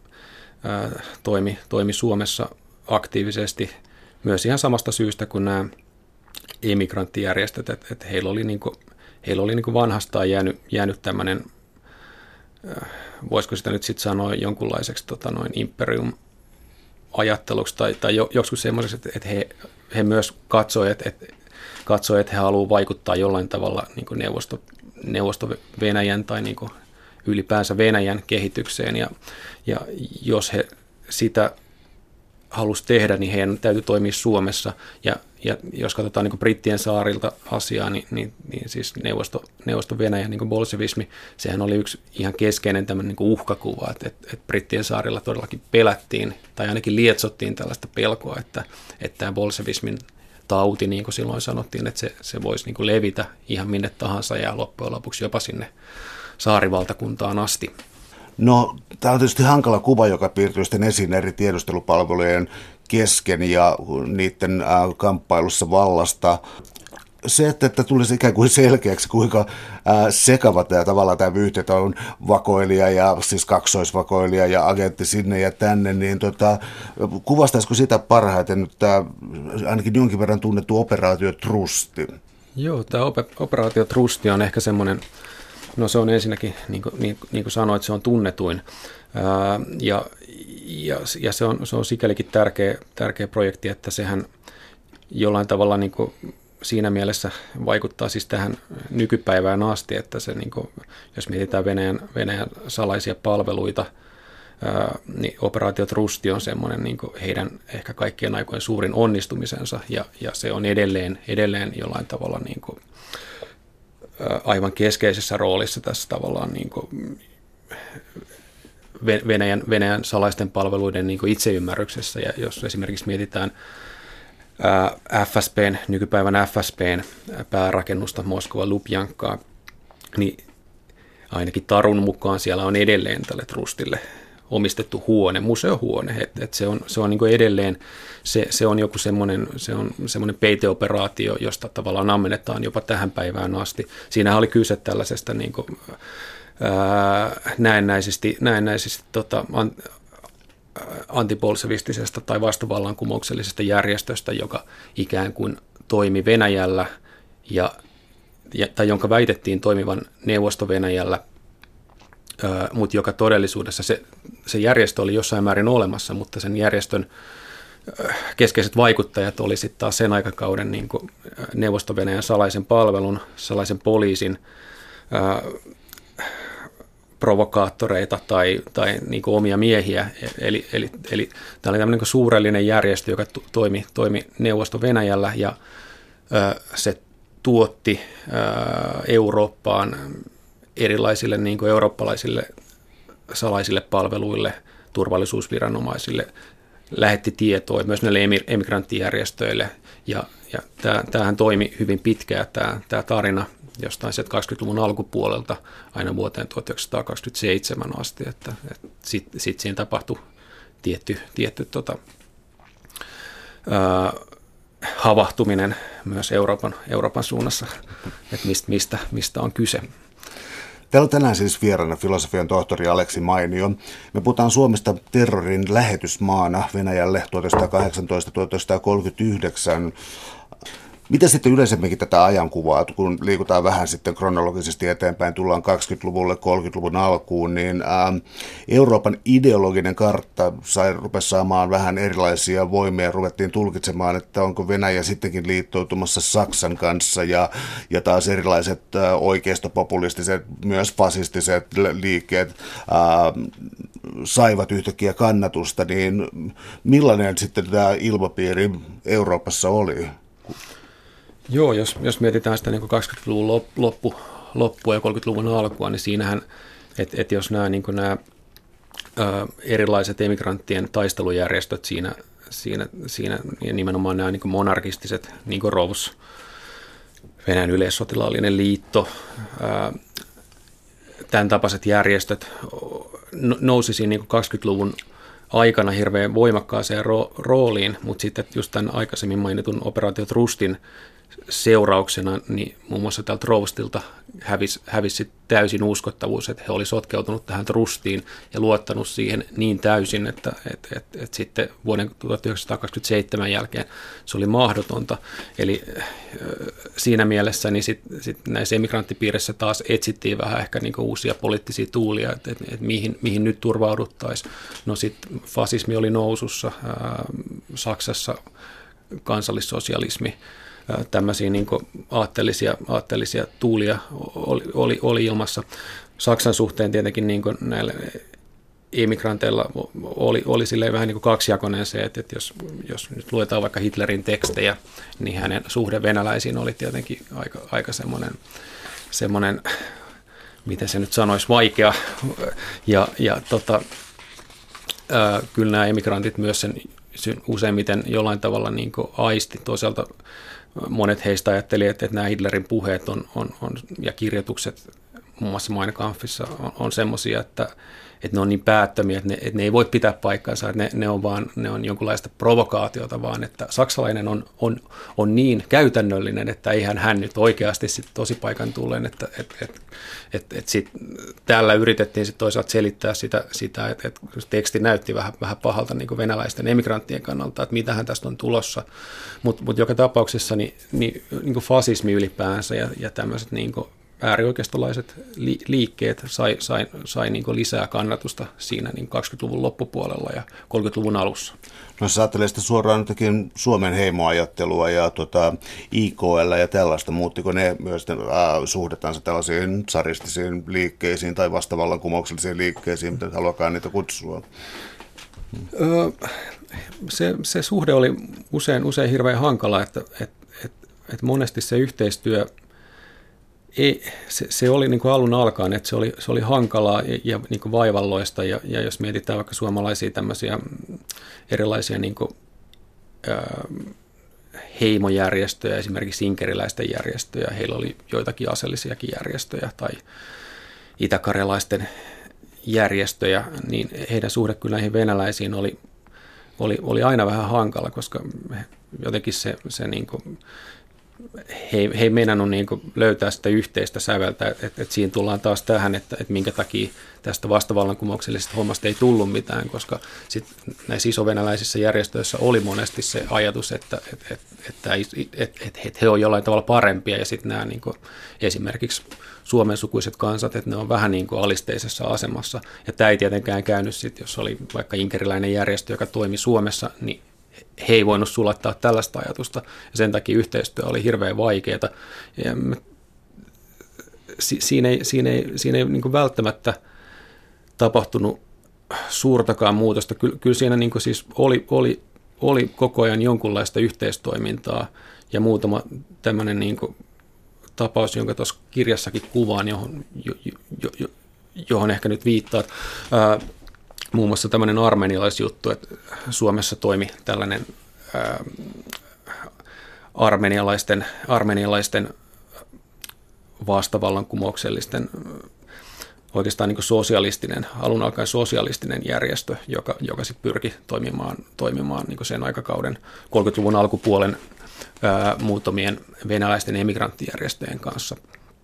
toimi Suomessa aktiivisesti myös ihan samasta syystä kuin nämä emigranttijärjestöt, että heillä oli niin kuin vanhastaan jäänyt tämmöinen, voisiko sitä nyt sitten sanoa jonkunlaiseksi imperium-ajatteluksi tai joskus semmoiseksi, että he myös katsoivat, että he haluavat vaikuttaa jollain tavalla niin kuin Neuvosto-Venäjän tai niin kuin ylipäänsä Venäjän kehitykseen. Ja jos he sitä halusivat tehdä, niin heidän täytyy toimia Suomessa. Ja jos katsotaan niin kuin Brittien saarilta asiaa, niin siis Neuvosto-Venäjän niin kuin bolsevismi, sehän oli yksi ihan keskeinen tämmöinen niin kuin uhkakuva, että Brittien saarilla todellakin pelättiin, tai ainakin lietsottiin tällaista pelkoa, että tämä bolsevismin tauti, niin kuin silloin sanottiin, että se voisi niin kuin levitä ihan minne tahansa ja loppujen lopuksi jopa sinne saarivaltakuntaan asti. No, tämä on tietysti hankala kuva, joka piirtyy sitten esiin eri tiedustelupalvelujen kesken ja niiden kamppailussa vallasta. Se, että tulisi ikään kuin selkeäksi, kuinka sekava tämä vyyhti, että on vakoilija ja siis kaksoisvakoilija ja agentti sinne ja tänne, niin kuvastaisiko sitä parhaiten nyt tämä ainakin jonkin verran tunnettu operaatio Trusti? Joo, tämä operaatio Trusti on ehkä semmoinen, no se on ensinnäkin, niin kuin sanoit, se on tunnetuin ja se on sikälikin tärkeä projekti, että sehän jollain tavalla niin kuin siinä mielessä vaikuttaa siis tähän nykypäivään asti, että se, niin kuin, jos mietitään Venäjän salaisia palveluita, niin operaatio Trusti on semmoinen niin kuin heidän ehkä kaikkien aikojen suurin onnistumisensa, ja se on edelleen jollain tavalla niin kuin, aivan keskeisessä roolissa tässä tavallaan niin kuin Venäjän salaisten palveluiden niin kuin itseymmärryksessä, ja jos esimerkiksi mietitään nykypäivän FSBn päärakennusta Moskova Lubjankaa, niin ainakin Tarun mukaan siellä on edelleen tälle Trustille omistettu huone, museohuone, että se on niin kuin edelleen, se on joku semmoinen peiteoperaatio, josta tavallaan ammennetaan jopa tähän päivään asti. Siinähän oli kyse tällaisesta niin kuin, näennäisesti antibolsevistisesta tai vastavallankumouksellisesta järjestöstä, joka ikään kuin toimi Venäjällä tai jonka väitettiin toimivan Neuvosto-Venäjällä, mutta joka todellisuudessa se järjestö oli jossain määrin olemassa, mutta sen järjestön keskeiset vaikuttajat oli sitten taas sen aikakauden niin kuin Neuvosto-Venäjän salaisen palvelun, salaisen poliisin provokaattoreita tai niin kuin omia miehiä. Eli tämä oli tämmöinen niin kuin suurellinen järjestö, joka toimi Neuvosto-Venäjällä, ja se tuotti Eurooppaan erilaisille niin kuin eurooppalaisille salaisille palveluille, turvallisuusviranomaisille, lähetti tietoa myös näille emigranttijärjestöille, ja tämähän toimi hyvin pitkään tämä tarina jostain 20-luvun alkupuolelta aina vuoteen 1927 asti, että sitten siinä tapahtui tietty havahtuminen myös Euroopan suunnassa, että mistä on kyse. Täällä on tänään siis vieraana filosofian tohtori Aleksi Mainio. Me puhutaan Suomesta terrorin lähetysmaana Venäjälle 1918-1939. Miten sitten yleisemminkin tätä ajankuvaa, kun liikutaan vähän sitten kronologisesti eteenpäin, tullaan 20-luvulle, 30-luvun alkuun, niin Euroopan ideologinen kartta rupesi saamaan vähän erilaisia voimia, ruvettiin tulkitsemaan, että onko Venäjä sittenkin liittoutumassa Saksan kanssa, ja taas erilaiset oikeistopopulistiset, myös fasistiset liikkeet saivat yhtäkkiä kannatusta, niin millainen sitten tämä ilmapiiri Euroopassa oli? Joo, jos mietitään sitä niin 20-luvun loppua ja 30-luvun alkua, niin siinähän, että jos nämä erilaiset emigranttien taistelujärjestöt siinä ja nimenomaan nämä niin monarkistiset, niin kuin ROVS, Venäjän yleissotilaallinen liitto, tämän tapaiset järjestöt nousi siinä niin 20-luvun aikana hirveän voimakkaaseen rooliin, mutta sitten just tämän aikaisemmin mainitun operaatio Trustin seurauksena, niin muun muassa täältä Rovstilta hävisi täysin uskottavuus, että he oli sotkeutunut tähän Trustiin ja luottanut siihen niin täysin, että sitten vuoden 1927 jälkeen se oli mahdotonta. Eli siinä mielessä niin sit näissä emigranttipiirissä taas etsittiin vähän ehkä niin kuin uusia poliittisia tuulia, että mihin nyt turvauduttaisiin. No sitten fasismi oli nousussa, Saksassa kansallissosialismi, tämmöisiä niin kuin aatteellisia tuulia oli ilmassa. Saksan suhteen tietenkin niin kuin näillä emigranteilla oli silleen vähän niin kuin kaksijakoinen se, että jos nyt luetaan vaikka Hitlerin tekstejä, niin hänen suhde venäläisiin oli tietenkin aika semmoinen, miten se nyt sanoisi, vaikea. Kyllä nämä emigrantit myös sen useimmiten jollain tavalla niin kuin aisti. Toisaalta monet heistä ajatteli, että nämä Hitlerin puheet ja kirjoitukset muun muassa Mein Kampfissa on semmoisia, että ne on niin päättömiä, että ne ei voi pitää paikkaansa, että ne on jonkunlaista provokaatiota, vaan että saksalainen on niin käytännöllinen, että eihän hän nyt oikeasti sit tosipaikan tulleen, että sit täällä yritettiin sit toisaalta selittää sitä että teksti näytti vähän pahalta niin kuin venäläisten emigranttien kannalta, että mitähän tästä on tulossa, mutta joka tapauksessa niin kuin fasismi ylipäänsä ja tämmöiset niin kuin äärioikeistolaiset liikkeet sai niin kuin lisää kannatusta siinä niin 20-luvun loppupuolella ja 30-luvun alussa. No jos ajattelee sitä suoraan jotakin Suomen heimoajattelua ja IKL ja tällaista, muuttiko ne myös suhdetansa tällaisiin tsaristisiin liikkeisiin tai vastavallankumouksellisiin liikkeisiin, mitä haluakaan niitä kutsua? Se suhde oli usein hirveän hankala, että monesti se yhteistyö se oli niin kuin alun alkaen, että se oli hankalaa ja niin kuin vaivalloista, ja jos mietitään vaikka suomalaisia tämmöisiä erilaisia niin kuin, heimojärjestöjä, esimerkiksi inkeriläisten järjestöjä, heillä oli joitakin aseellisiakin järjestöjä tai itäkarjalaisten järjestöjä, niin heidän suhde kyllä näihin venäläisiin oli aina vähän hankala, koska jotenkin se niin kuin, he ei meinannut niin kuin löytää sitä yhteistä säveltä, että siinä tullaan taas tähän, että minkä takia tästä vastavallankumouksellisesta hommasta ei tullut mitään, koska sit näissä isovenäläisissä järjestöissä oli monesti se ajatus, että he on jollain tavalla parempia, ja sitten nämä niin kuin esimerkiksi Suomen sukuiset kansat, että ne on vähän niin kuin alisteisessa asemassa, ja tämä ei tietenkään käynyt sitten, jos oli vaikka inkeriläinen järjestö, joka toimi Suomessa, niin he ei voinut sulattaa tällaista ajatusta, ja sen takia yhteistyö oli hirveän vaikeaa. Siinä ei niin kuin välttämättä tapahtunut suurtakaan muutosta. Kyllä siinä niin kuin siis oli koko ajan jonkunlaista yhteistoimintaa, ja muutama tämmöinen niin kuin tapaus, jonka tuossa kirjassakin kuvaan, johon ehkä nyt viittaat. Muun muassa tämmöinen armenialaisjuttu, että Suomessa toimi tällainen armenialaisten vastavallankumouksellisten, oikeastaan niin kuin sosialistinen, alun alkaen sosialistinen järjestö, joka sitten pyrki toimimaan niin kuin sen aikakauden 30-luvun alkupuolen muutamien venäläisten emigranttijärjestöjen kanssa.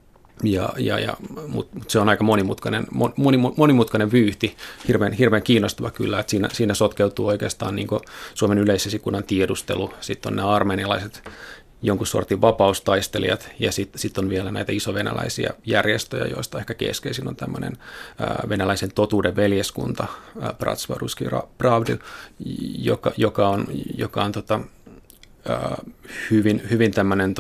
Mutta se on aika monimutkainen vyyhti, hirveän kiinnostava kyllä, että siinä sotkeutuu oikeastaan niin kuin Suomen yleisesikunnan tiedustelu, sitten on nämä armenialaiset jonkun sortin vapaustaistelijat, ja sitten on vielä näitä isovenäläisiä järjestöjä, joista ehkä keskeisin on tämmöinen venäläisen totuuden veljeskunta, Bratstvo Ruskij Pravdy, joka on hyvin tämmöinen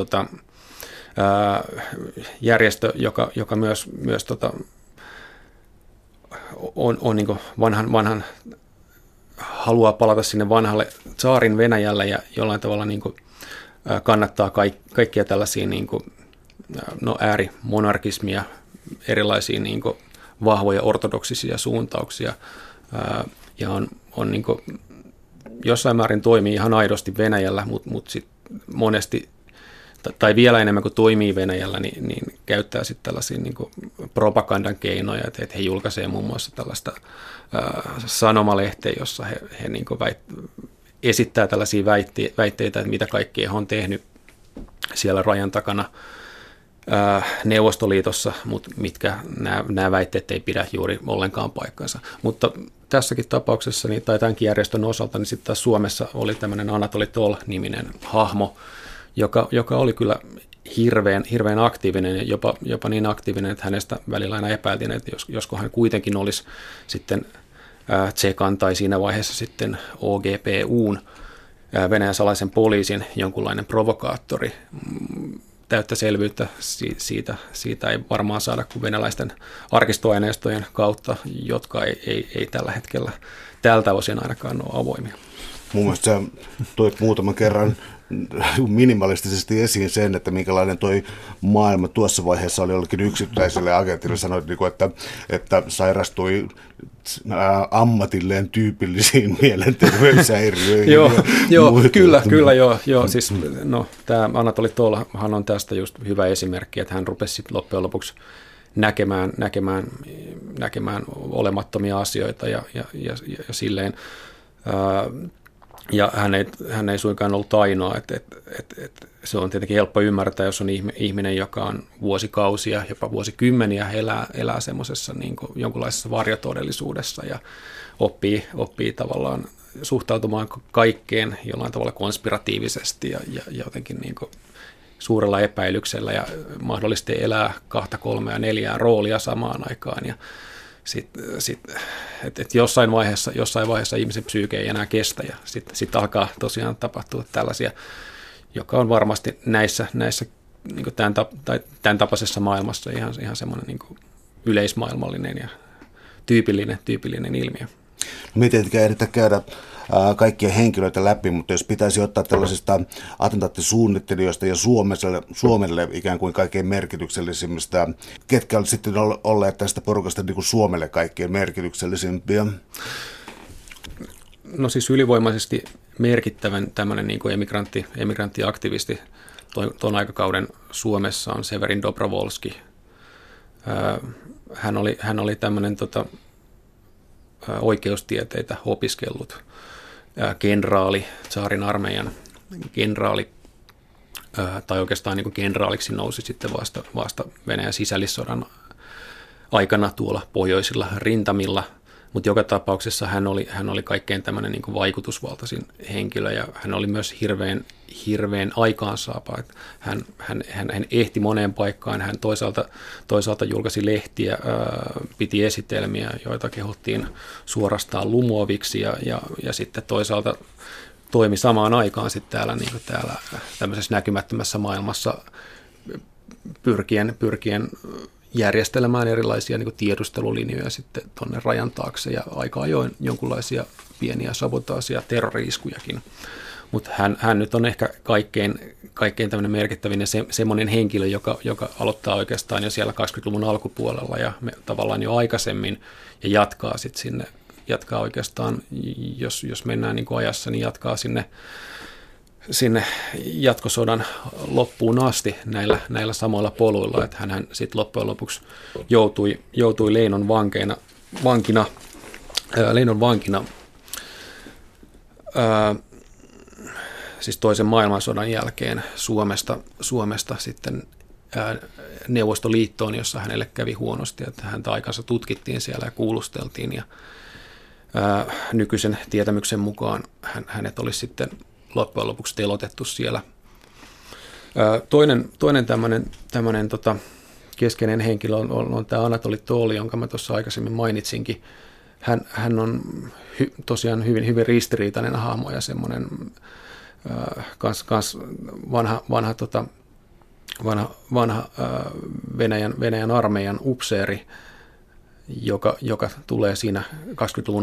järjestö, joka myös on niin kuin vanhan haluaa palata sinne vanhalle tsaarin Venäjälle ja jollain tavalla niin kuin kannattaa kaikkia tällaisia niin kuin, äärimonarkismia, erilaisia niin kuin vahvoja ortodoksisia suuntauksia, ja on niin kuin, jossain määrin toimii ihan aidosti Venäjällä, mutta sit monesti tai vielä enemmän kuin toimii Venäjällä, niin käyttää sitten tällaisia niin kuin propagandan keinoja, että he julkaisee muun muassa tällaista sanomalehteä, jossa he niin kuin esittää tällaisia väitteitä, että mitä kaikkea he on tehnyt siellä rajan takana Neuvostoliitossa, mutta mitkä nämä väitteet ei pidä juuri ollenkaan paikkansa. Mutta tässäkin tapauksessa, tai tämänkin järjestön osalta, niin sitten taas Suomessa oli tämmöinen Anatoli Toll-niminen hahmo, joka oli kyllä hirveän aktiivinen, ja jopa niin aktiivinen, että hänestä välillä aina epäiltiin, että josko hän kuitenkin olisi sitten Tsekan tai siinä vaiheessa sitten OGPUn, Venäjän salaisen poliisin jonkunlainen provokaattori. Täyttä selvyyttä siitä ei varmaan saada kuin venäläisten arkistoaineistojen kautta, jotka ei tällä hetkellä tältä osin ainakaan ole avoimia. Mun mielestä sä toit muutaman kerran minimalistisesti esiin sen, että minkälainen toi maailma tuossa vaiheessa oli jollekin yksittäiselle agentille. Sanoit, että sairastui ammatilleen tyypillisiin mielenterveyshäiriöihin. Joo, kyllä. Siis, tämä Anatoli Tollhan on tästä just hyvä esimerkki, että hän rupesi loppujen lopuksi näkemään olemattomia asioita ja silleen. Ja hän ei suinkaan ollut ainoa, että se on tietenkin helppo ymmärtää, jos on ihminen, joka on vuosikausia, jopa vuosikymmeniä elää semmoisessa niin kuin jonkunlaisessa varjotodellisuudessa ja oppii tavallaan suhtautumaan kaikkeen jollain tavalla konspiratiivisesti ja jotenkin niin kuin suurella epäilyksellä ja mahdollisesti elää 2, 3 ja 4 roolia samaan aikaan. Ja et jossain vaiheessa ihmisen psyyke ei enää kestä ja sitten alkaa tosiaan tapahtua tällaisia, joka on varmasti näissä niin kuin tämän tapaisessa maailmassa ihan semmoinen niin kuin yleismaailmallinen ja tyypillinen ilmiö. Me ei tietenkään ehditä käydä kaikkia henkilöitä läpi, mutta jos pitäisi ottaa tällaisista attentaattisuunnittelijoista ja Suomelle ikään kuin kaikkein merkityksellisimmistä, ketkä ovat sitten olleet tästä porukasta niin kuin Suomelle kaikkein merkityksellisimpiä? No siis ylivoimaisesti merkittävän tämmöinen niin kuin emigranttiaktivisti tuon aikakauden Suomessa on Severin Dobrovolski. Hän oli tämmöinen oikeustieteitä opiskellut kenraali, tsaarin armeijan kenraali, tai oikeastaan niin kuin kenraaliksi nousi sitten vasta Venäjän sisällissodan aikana tuolla pohjoisilla rintamilla, mutta joka tapauksessa hän oli kaikkein tämmöinen niin kuin vaikutusvaltaisin henkilö ja hän oli myös hirveän aikaansaapa. Hän ehti moneen paikkaan, hän toisaalta julkaisi lehtiä, piti esitelmiä, joita kehottiin suorastaan lumoaviksi ja sitten toisaalta toimi samaan aikaan sitten täällä tämmöisessä näkymättömässä maailmassa pyrkien järjestelemään erilaisia niin kuin tiedustelulinjoja sitten tuonne rajan taakse ja aika ajoin jonkinlaisia pieniä sabotaasia terrori-iskujakin. Mutta hän nyt on ehkä kaikkein tämmöinen merkittävin ja semmoinen henkilö, joka aloittaa oikeastaan jo siellä 20-luvun alkupuolella ja tavallaan jo aikaisemmin ja jatkaa oikeastaan, jos mennään niin kuin ajassa, niin jatkaa sinne jatkosodan loppuun asti näillä samoilla poluilla, että hän sitten loppujen lopuksi joutui Leinon vankina siis toisen maailmansodan jälkeen Suomesta sitten Neuvostoliittoon, jossa hänelle kävi huonosti, että häntä aikansa tutkittiin siellä ja kuulusteltiin ja nykyisen tietämyksen mukaan hänet olisi sitten loppujen lopuksi telotettu siellä. Toinen tämmöinen keskeinen henkilö on tämä Anatoli Tolli, jonka mä tuossa aikaisemmin mainitsinkin. Hän on tosiaan hyvin ristiriitainen hahmo ja semmoinen kans vanha Venäjän armeijan upseeri, joka tulee siinä 20-luvun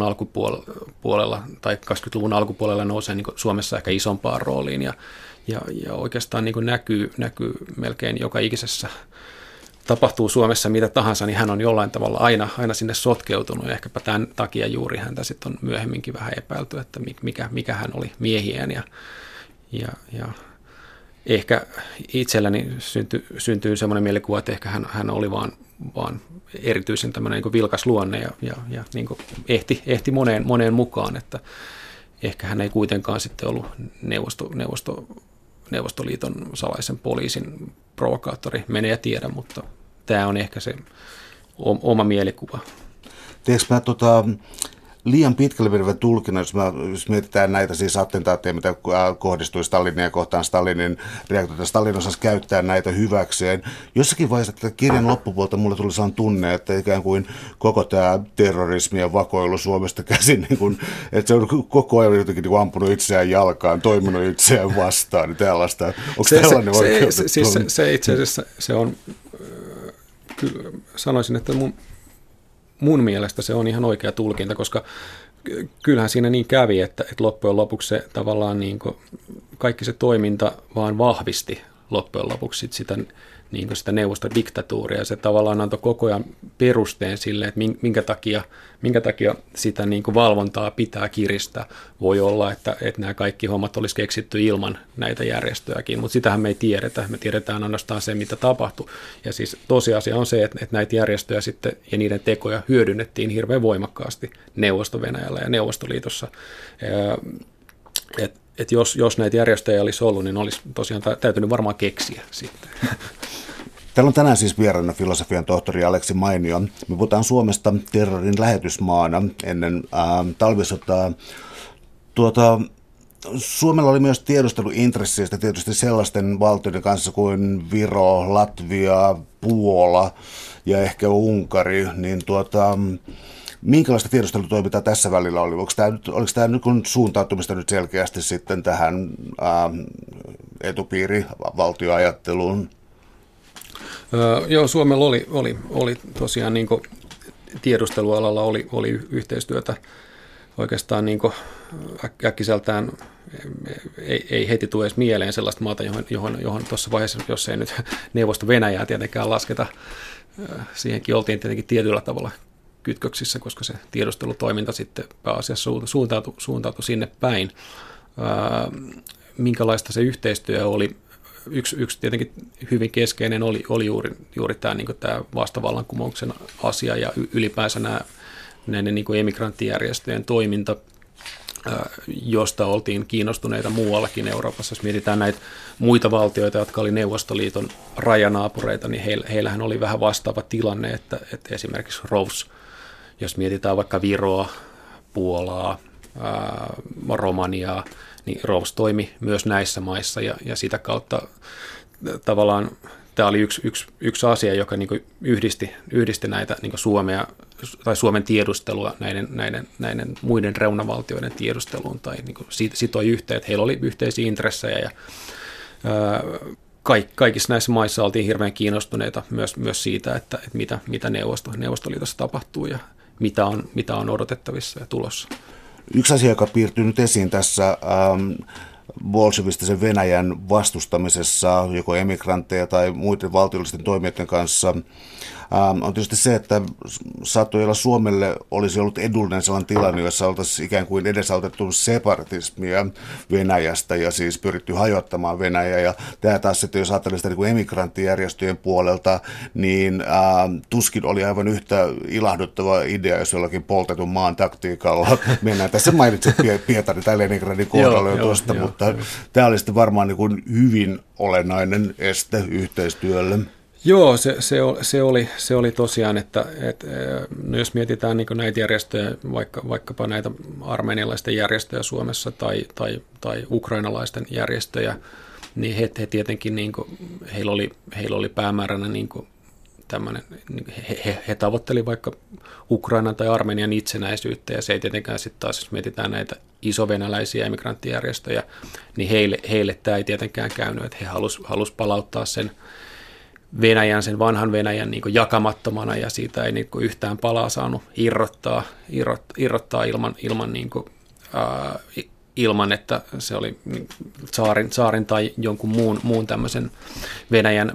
alkupuolella nousee niin Suomessa ehkä isompaan rooliin ja oikeastaan niin näkyy melkein joka ikisessä tapahtuu Suomessa mitä tahansa, niin hän on jollain tavalla aina sinne sotkeutunut ja ehkäpä tämän takia juuri häntä sitten on myöhemminkin vähän epäilty, että mikä hän oli miehiään ja ehkä itselläni syntyy semmoinen mielikuva, että ehkä hän oli vaan erityisen tämmöinen niin vilkas luonne ja niin kuin ehti moneen mukaan, että ehkä hän ei kuitenkaan sitten ollut Neuvostoliiton salaisen poliisin provokaattori, mene ja tiedä, mutta tämä on ehkä se oma mielikuva. Teekö mä liian pitkälle menevän tulkinnan, jos mietitään näitä siis attentaatteja, mitä kohdistui Stalinia kohtaan, Stalinin reaktioita, Stalin osasi käyttää näitä hyväkseen. Jossakin vaiheessa tätä kirjan loppupuolta mulle tuli sellainen tunne, että ikään kuin koko tämä terrorismi ja vakoilu Suomesta käsin, niin kuin, että se on koko ajan jotenkin niin ampunut itseään jalkaan, toiminut itseään vastaan, niin tällaista. Onko tällainen oikeutettu? Se itse asiassa se on, kyllä sanoisin, että mun mielestä se on ihan oikea tulkinta, koska kyllähän siinä niin kävi, että loppujen lopuksi se tavallaan niin kuin kaikki se toiminta vaan vahvisti loppujen lopuksi sitä neuvostodiktatuuria ja se tavallaan antoi koko ajan perusteen sille, että minkä takia sitä niin kuin valvontaa pitää kiristää. Voi olla, että nämä kaikki hommat olisi keksitty ilman näitä järjestöjäkin, mutta sitähän me ei tiedetä. Me tiedetään ainoastaan se, mitä tapahtui. Ja siis tosiasia on se, että näitä järjestöjä sitten ja niiden tekoja hyödynnettiin hirveän voimakkaasti Neuvosto-Venäjällä ja Neuvostoliitossa. Että jos näitä järjestöjä olisi ollut, niin olisi tosiaan täytynyt varmaan keksiä sitten. Täällä on tänään siis vieraana filosofian tohtori Aleksi Mainio. Me puhutaan Suomesta terrorin lähetysmaana ennen talvisotaa. Suomella oli myös tiedusteluintresseistä tietysti sellaisten valtioiden kanssa kuin Viro, Latvia, Puola ja ehkä Unkari, niin minkälaista tiedustelutoimintaa tässä välillä oli? Oliko tämä nyt suuntautumista nyt selkeästi sitten tähän etupiirivaltioajatteluun? Joo, Suomella oli tosiaan niin kuin tiedustelualalla oli yhteistyötä oikeastaan niin kuin äkkiseltään ei heti tule edes mieleen sellaista maata, johon tuossa vaiheessa, jos ei nyt Neuvosto-Venäjää tietenkään lasketa, siihenkin oltiin tietenkin tietyllä tavalla kytköksissä, koska se tiedustelutoiminta sitten pääasiassa suuntautui sinne päin. Minkälaista se yhteistyö oli? Yksi tietenkin hyvin keskeinen oli juuri tämä, niin kuin tämä vastavallankumouksen asia ja ylipäänsä näiden niin kuin emigranttijärjestöjen toiminta, josta oltiin kiinnostuneita muuallakin Euroopassa. Jos mietitään näitä muita valtioita, jotka oli Neuvostoliiton rajanaapureita, niin heillähän oli vähän vastaava tilanne, että esimerkiksi ROVS, jos mietitään vaikka Viroa, Puolaa, Romaniaa, niin ROVS toimi myös näissä maissa ja sitä kautta tavallaan tämä oli yksi asia, joka niin kuin yhdisti näitä niin kuin Suomea tai Suomen tiedustelua näiden muiden reunavaltioiden tiedusteluun tai niin kuin sitoi yhteen, että heillä oli yhteisiä intressejä ja kaikissa näissä maissa oltiin hirveän kiinnostuneita myös siitä, että mitä Neuvostoliitossa tapahtuu ja mitä on odotettavissa ja tulossa. Yksi asia, joka piirtyy nyt esiin tässä bolshevistisen Venäjän vastustamisessa joko emigrantteja tai muiden valtiollisten toimijoiden kanssa, on tietysti se, että saattoi olla Suomelle olisi ollut edullinen sellainen tilanne, jossa oltaisiin ikään kuin edesautettu separatismia Venäjästä ja siis pyritty hajottamaan Venäjää. Ja tämä taas sitten, jos ajattelee sitä niin kuin emigranttijärjestöjen puolelta, niin tuskin oli aivan yhtä ilahduttava idea, jos jollakin poltetun maan taktiikalla. Mennään tässä mainitsit Pietarin tai Leningradin kohdalla jo tuosta, mutta tämä oli sitten varmaan niin kuin hyvin olennainen este yhteistyölle. Joo, se oli tosiaan, että jos mietitään niin näitä järjestöjä, vaikkapa näitä armenialaisten järjestöjä Suomessa tai ukrainalaisten järjestöjä, niin he tietenkin, niin kuin, heillä oli päämääränä niin kuin tämmöinen, he tavoitteli vaikka Ukrainan tai Armenian itsenäisyyttä, ja se ei tietenkään sitten taas, jos mietitään näitä isovenäläisiä emigranttijärjestöjä, niin heille tämä ei tietenkään käynyt, että he halusi palauttaa sen vanhan Venäjän niin kuin jakamattomana, ja siitä ei niin kuin yhtään palaa saanut irrottaa ilman, että se oli tsaarin tai jonkun muun tämmöisen Venäjän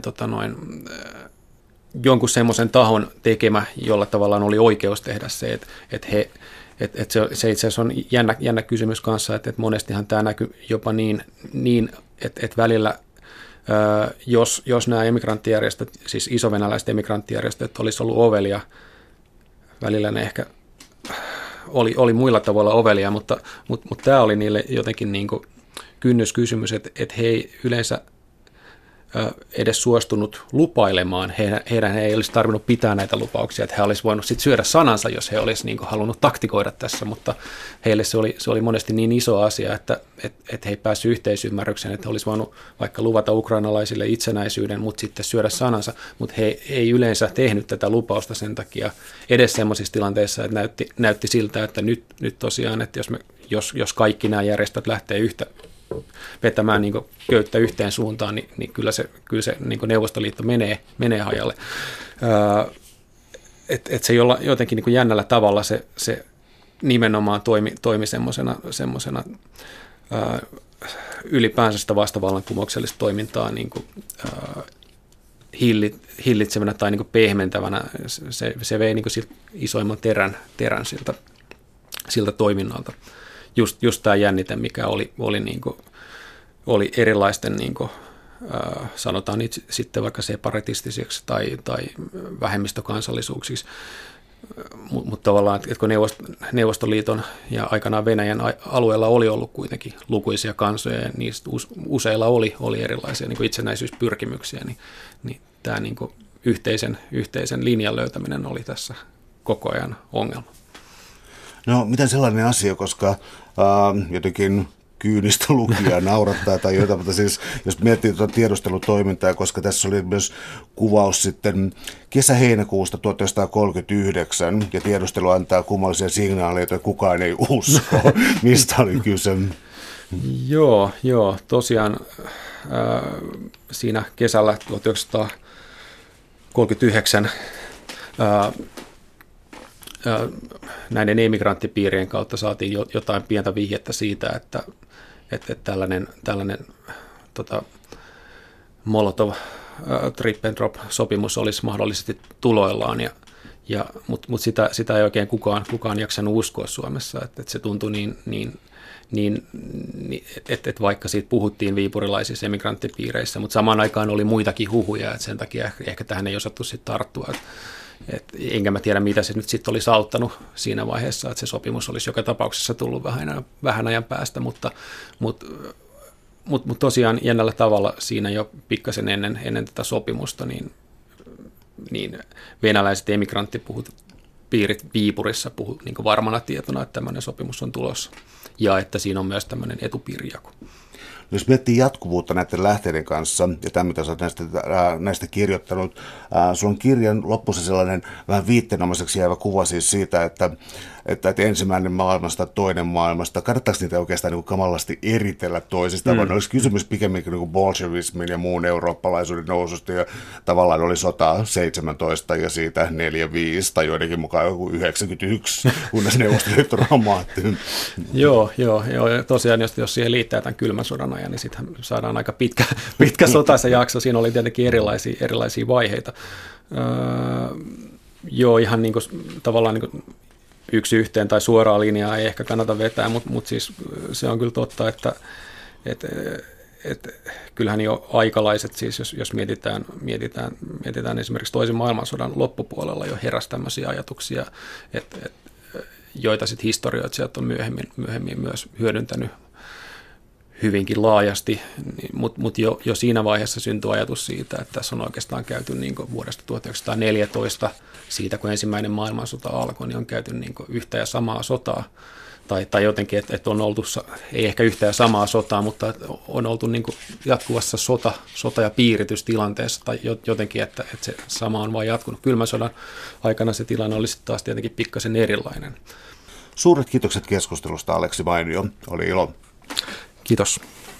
jonkun semmoisen tahon tekemä, jolla tavallaan oli oikeus tehdä se, että se itse asiassa on jännä kysymys kanssa, että monestihan tämä näkyy jopa niin että välillä jos nämä emigranttijärjestöt, siis isovenäläiset emigranttijärjestöt olisi ollut ovelia, välillä ne ehkä oli muilla tavoilla ovelia, mutta tämä oli niille jotenkin niin kuin kynnyskysymys, että he ei yleensä edes suostunut lupailemaan. Heidän ei olisi tarvinnut pitää näitä lupauksia, että he olisi voinut sit syödä sanansa, jos he olisi niin kuin halunnut taktikoida tässä, mutta heille se oli monesti niin iso asia, että he ei päässyt yhteisymmärrykseen, että he olisi voinut vaikka luvata ukrainalaisille itsenäisyyden, mutta sitten syödä sanansa, mutta he ei yleensä tehnyt tätä lupausta sen takia edes sellaisissa tilanteissa, että näytti siltä, että nyt tosiaan, että jos kaikki nämä järjestöt lähtee vetämään niin kuin köyttä yhteen suuntaan, niin kyllä se niin kuin Neuvostoliitto menee hajalle. Se jotenkin niin kuin jännällä tavalla se nimenomaan toimi semmoisena ylipäänsä sitä vastavallankumouksellista toimintaa niin kuin, hillitsevänä tai niin kuin pehmentävänä. Se vei niin kuin isoimman terän siltä toiminnalta. Just tämä jännite, mikä oli erilaisten, niin kuin, sanotaan itse, sitten vaikka separatistisiksi tai vähemmistökansallisuuksiksi, mutta tavallaan, että kun Neuvostoliiton ja aikanaan Venäjän alueella oli ollut kuitenkin lukuisia kansoja, ja niistä useilla oli erilaisia niin kuin itsenäisyyspyrkimyksiä, niin tämä niin kuin yhteisen linjan löytäminen oli tässä koko ajan ongelma. No, miten sellainen asia, koska jotenkin kyynistä lukijaa naurattaa tai jotain, mutta siis jos miettii tuota tiedustelutoimintaa, koska tässä oli myös kuvaus sitten kesä-heinäkuusta 1939, ja tiedustelu antaa kummallisia signaaleja, että kukaan ei usko. Mistä oli kyse? Joo, tosiaan siinä kesällä 1939 näiden emigranttipiirien kautta saatiin jotain pientä vihjettä siitä, että tällainen Molotov-Ribbentrop-sopimus olisi mahdollisesti tuloillaan, mutta sitä ei oikein kukaan jaksanut uskoa Suomessa, että se tuntui että vaikka siitä puhuttiin viipurilaisissa emigranttipiireissä, mutta samaan aikaan oli muitakin huhuja, että sen takia ehkä tähän ei osattu sitten tarttua. Enkä mä tiedä, mitä se nyt sitten olisi auttanut siinä vaiheessa, että se sopimus olisi joka tapauksessa tullut vähän ajan päästä, mutta tosiaan jännällä tavalla siinä jo pikkasen ennen tätä sopimusta, niin venäläiset emigranttipiirit Viipurissa puhuivat niin varmana tietona, että tämmöinen sopimus on tulossa ja että siinä on myös tämmöinen etupiirijako. Jos miettii jatkuvuutta näiden lähteiden kanssa ja tämä, mitä olet näistä kirjoittanut, sulla on kirjan lopussa sellainen vähän viittenomaiseksi jäävä kuva siis siitä, että ensimmäinen maailmasta, toinen maailmasta, kannattaako niitä oikeastaan niin kuin kamalasti eritellä toisistaan, vaan olisi kysymys pikemminkin niin kuin bolshevismin ja muun eurooppalaisuuden noususta, ja tavallaan oli sota 17 ja siitä 4-5 tai joidenkin mukaan joku 91, kunnes Neuvostoliitto romahti. Joo, tosiaan jos siihen liittää tämän kylmän sodan ajan, niin sitten saadaan aika pitkä sotaisa jakso. Siinä oli tietenkin erilaisia vaiheita. Ihan niin kuin, tavallaan niin kuin yksi yhteen tai suoraa linjaa ei ehkä kannata vetää, mutta siis se on kyllä totta, että kyllähän jo aikalaiset, siis jos mietitään esimerkiksi toisen maailmansodan loppupuolella jo heräsi tämmöisiä ajatuksia, joita sitten historioitsijat on myöhemmin myös hyödyntänyt hyvinkin laajasti, mutta jo siinä vaiheessa syntyi ajatus siitä, että tässä on oikeastaan käyty niin vuodesta 1914, siitä kun ensimmäinen maailmansota alkoi, niin on käyty niin yhtä ja samaa sotaa, tai jotenkin, että on oltu, ei ehkä yhtä ja samaa sotaa, mutta on oltu niin jatkuvassa sota- ja piiritystilanteessa, tai jotenkin, että se sama on vain jatkunut. Kylmän sodan aikana se tilanne oli sitten taas tietenkin pikkasen erilainen. Suuret kiitokset keskustelusta, Aleksi Mainio. Oli ilo. Kiitos.